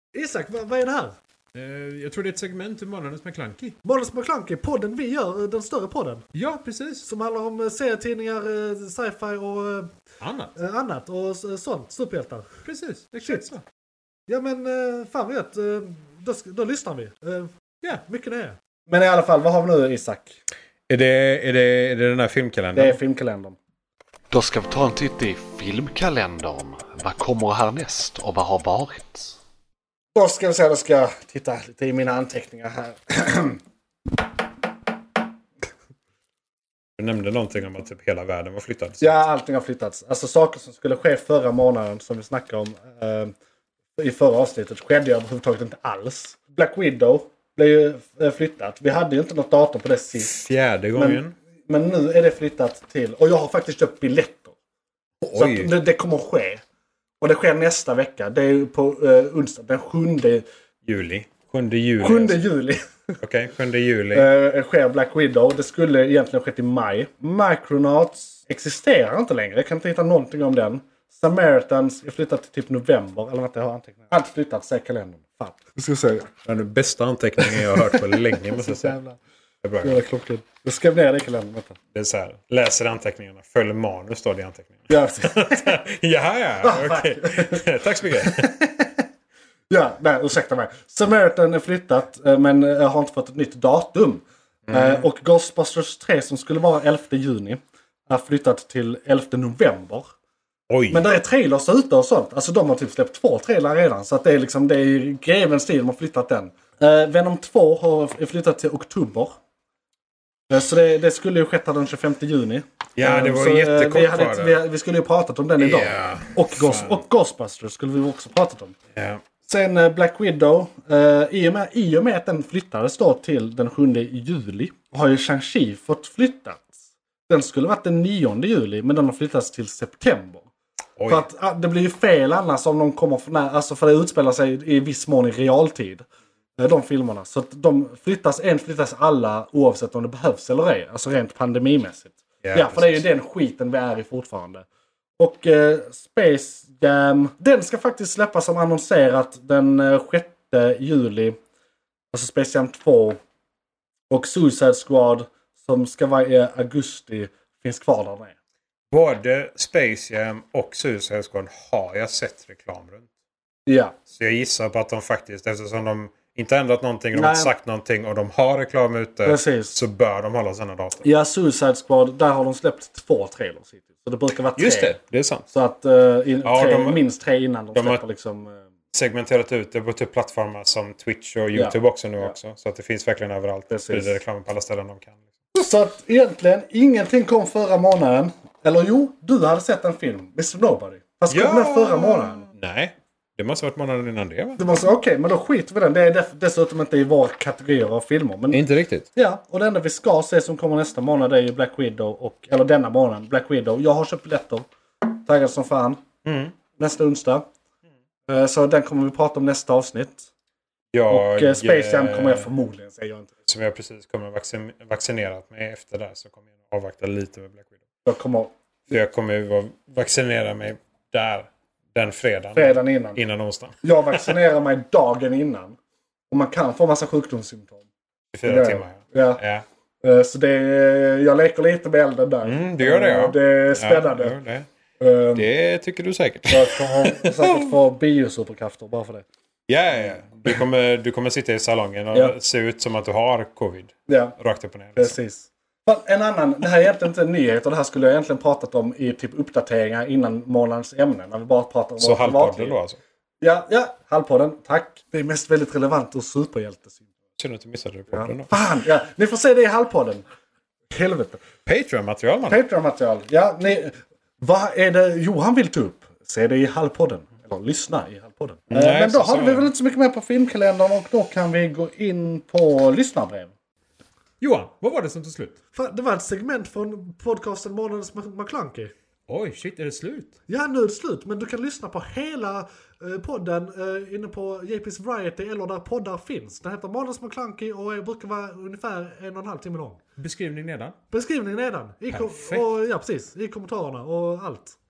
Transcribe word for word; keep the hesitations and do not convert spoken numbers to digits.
Isak, vad, vad är det här? Uh, jag tror det är ett segment ur Månadens McKlunky. Månadens McKlunky, podden vi gör, den större podden. Ja, precis. Som handlar om serietidningar, sci-fi och annat, uh, annat och sånt, superhjältar. Precis, exakt så. Ja men uh, fan vet, uh, då, då lyssnar vi. Ja, uh, yeah, mycket det är. Men i alla fall, vad har vi nu, Isak? Är det, är det, är det den här filmkalendern? Det är filmkalendern. Då ska vi ta en titt i filmkalendern. Vad kommer härnäst och vad har varit? Då ska vi se, då ska jag titta lite i mina anteckningar här. Du nämnde någonting om att typ hela världen var flyttad. Ja, allting har flyttats. Alltså saker som skulle ske förra månaden som vi snackade om eh, i förra avsnittet skedde överhuvudtaget inte alls. Black Widow blev ju flyttat. Vi hade ju inte något datum på det sist. Fjärde gången. Men, men nu är det flyttat till. Och jag har faktiskt köpt biljetter. Oj. Så att det, det kommer att ske. Och det sker nästa vecka. Det är på uh, onsdag. Den sjunde juli. Sjunde juli. Sjunde juli. Okej, okay, sjunde juli. uh, sker Black Widow. Det skulle egentligen skett i maj. Micronauts existerar inte längre. Jag kan inte hitta någonting om den. Samaritans är flyttat till typ november. Eller vad jag har antecknat. Allt flyttat, säg kalendern. Fan. Jag ska säga. Det är den bästa anteckningen jag har hört på länge, måste jag säga. Det är bra. Jävla klockan. Jag skrev ner det i kalendern. Vänta. Det är så här. Läser anteckningarna. Följ manus står det i anteckningarna. Ja, ja, ja. Okej. Okay. Tack så mycket. Ja, nej, ursäkta mig. Samaritan är flyttat men har inte fått ett nytt datum. Mm. Och Ghostbusters tre som skulle vara elfte juni är flyttat till elfte november. Oj. Men det är trailers ute och sånt. Alltså de har typ släppt två trailers redan. Så att det är liksom, det är grevens stil de har flyttat den. Uh, Venom två har flyttat till oktober. Uh, så det, det skulle ju skett den tjugofemte juni. Ja, det var uh, jättekort vi, hade, vi, vi skulle ju pratat om den idag. Yeah, och, Ghost, och Ghostbusters skulle vi också pratat om. Yeah. Sen uh, Black Widow. Uh, i, och med, I och med att den flyttades då till den sjunde juli har ju Shang-Chi fått flyttats. Den skulle varit den nionde juli men den har flyttats till september. Oj. För att ah, det blir ju fel annars om de kommer för när, alltså för det utspelar sig i viss mån i realtid. De filmerna. Så att de flyttas, en flyttas alla oavsett om det behövs eller ej. Alltså rent pandemimässigt. Yeah, ja, för precis. Det är ju den skiten vi är i fortfarande. Och eh, Space Jam, den ska faktiskt släppas som annonserat den eh, sjätte juli. Alltså Space Jam två. Och Suicide Squad som ska vara i augusti finns kvar där med. Både Space Jam och Suicide Squad har jag sett reklam runt. Ja. Så jag gissar på att de faktiskt, eftersom de inte ändrat någonting, de har inte sagt någonting och de har reklam ute. Precis. Så bör de hålla sina data. Ja, Suicide Squad, där har de släppt två trailers hittills. Så det brukar vara tre. Just det, det är sant. Så att uh, in, ja, tre, de, minst tre innan de, de släpper har liksom... Uh, segmenterat ut det på typ plattformar som Twitch och YouTube ja. också nu ja. också. Så att det finns verkligen överallt. Det är reklam på alla ställen de kan. Så att egentligen ingenting kom förra månaden. Eller jo, du hade sett en film, mister Nobody. Fast ja! Kom den förra månaden? Nej, det måste ha varit månaden innan det va? Det måste, okej, okay, men då skiter vi den. Det är dess, dessutom inte i vår kategori av filmer. Men, inte riktigt. Ja, och det enda vi ska se som kommer nästa månad är ju Black Widow. Och, eller denna månaden, Black Widow. Jag har köpt biljetter. Taggad som fan. Mm. Nästa onsdag. Mm. Så den kommer vi prata om nästa avsnitt. Jag, och eh, Space Jam kommer jag förmodligen säga. Jag inte. Som jag precis kommer att vaccin- vaccinerat mig efter det så kommer jag avvakta lite med Black Widow. Jag kommer... För jag kommer ju att vaccinera mig där den fredagen. Fredagen innan. Innan onsdagen. Jag vaccinerar mig dagen innan. Och man kan få massa sjukdomssymptom. I fyra timmar. Ja. ja. Så det är, jag leker lite med elden där. Mm, det gör det ja. Det är spännande. Ja, det, det. Um, det tycker du säkert. Jag kommer säkert få biosuperkrafter bara för det. Ja, ja, ja. Du kommer, du kommer sitta i salongen och ja. se ut som att du har covid. Ja. Rakt upp och ner. Precis. En annan, det här är egentligen inte en nyhet och det här skulle jag egentligen pratat om i typ uppdateringar innan månadens ämnen. När vi bara pratar om så halvpodden då alltså? Ja, ja, halvpodden. Tack. Det är mest väldigt relevant ur superhjältesyn. Känner att du missade det podden ja. då? Fan, ja. Ni får se det i halvpodden. Helvete. Patreon-material man. Patreon-material. Ja, ni... Vad är det Johan vill ta upp? Se det i halvpodden. Eller lyssna i halvpodden. Mm, eh, men då har vi väl inte så mycket mer på filmkalendern och då kan vi gå in på lyssnarbrev. Johan, vad var det som tog slut? Det var ett segment från podcasten Månadens McKlunky. Oj, shit, är det slut? Ja, nu är det slut. Men du kan lyssna på hela eh, podden eh, inne på J P's Variety eller där poddar finns. Den heter Månadens McKlunky och brukar vara ungefär en och en halv timme lång. Beskrivning nedan? Beskrivning nedan. I kom- och, ja, precis. I kommentarerna och allt.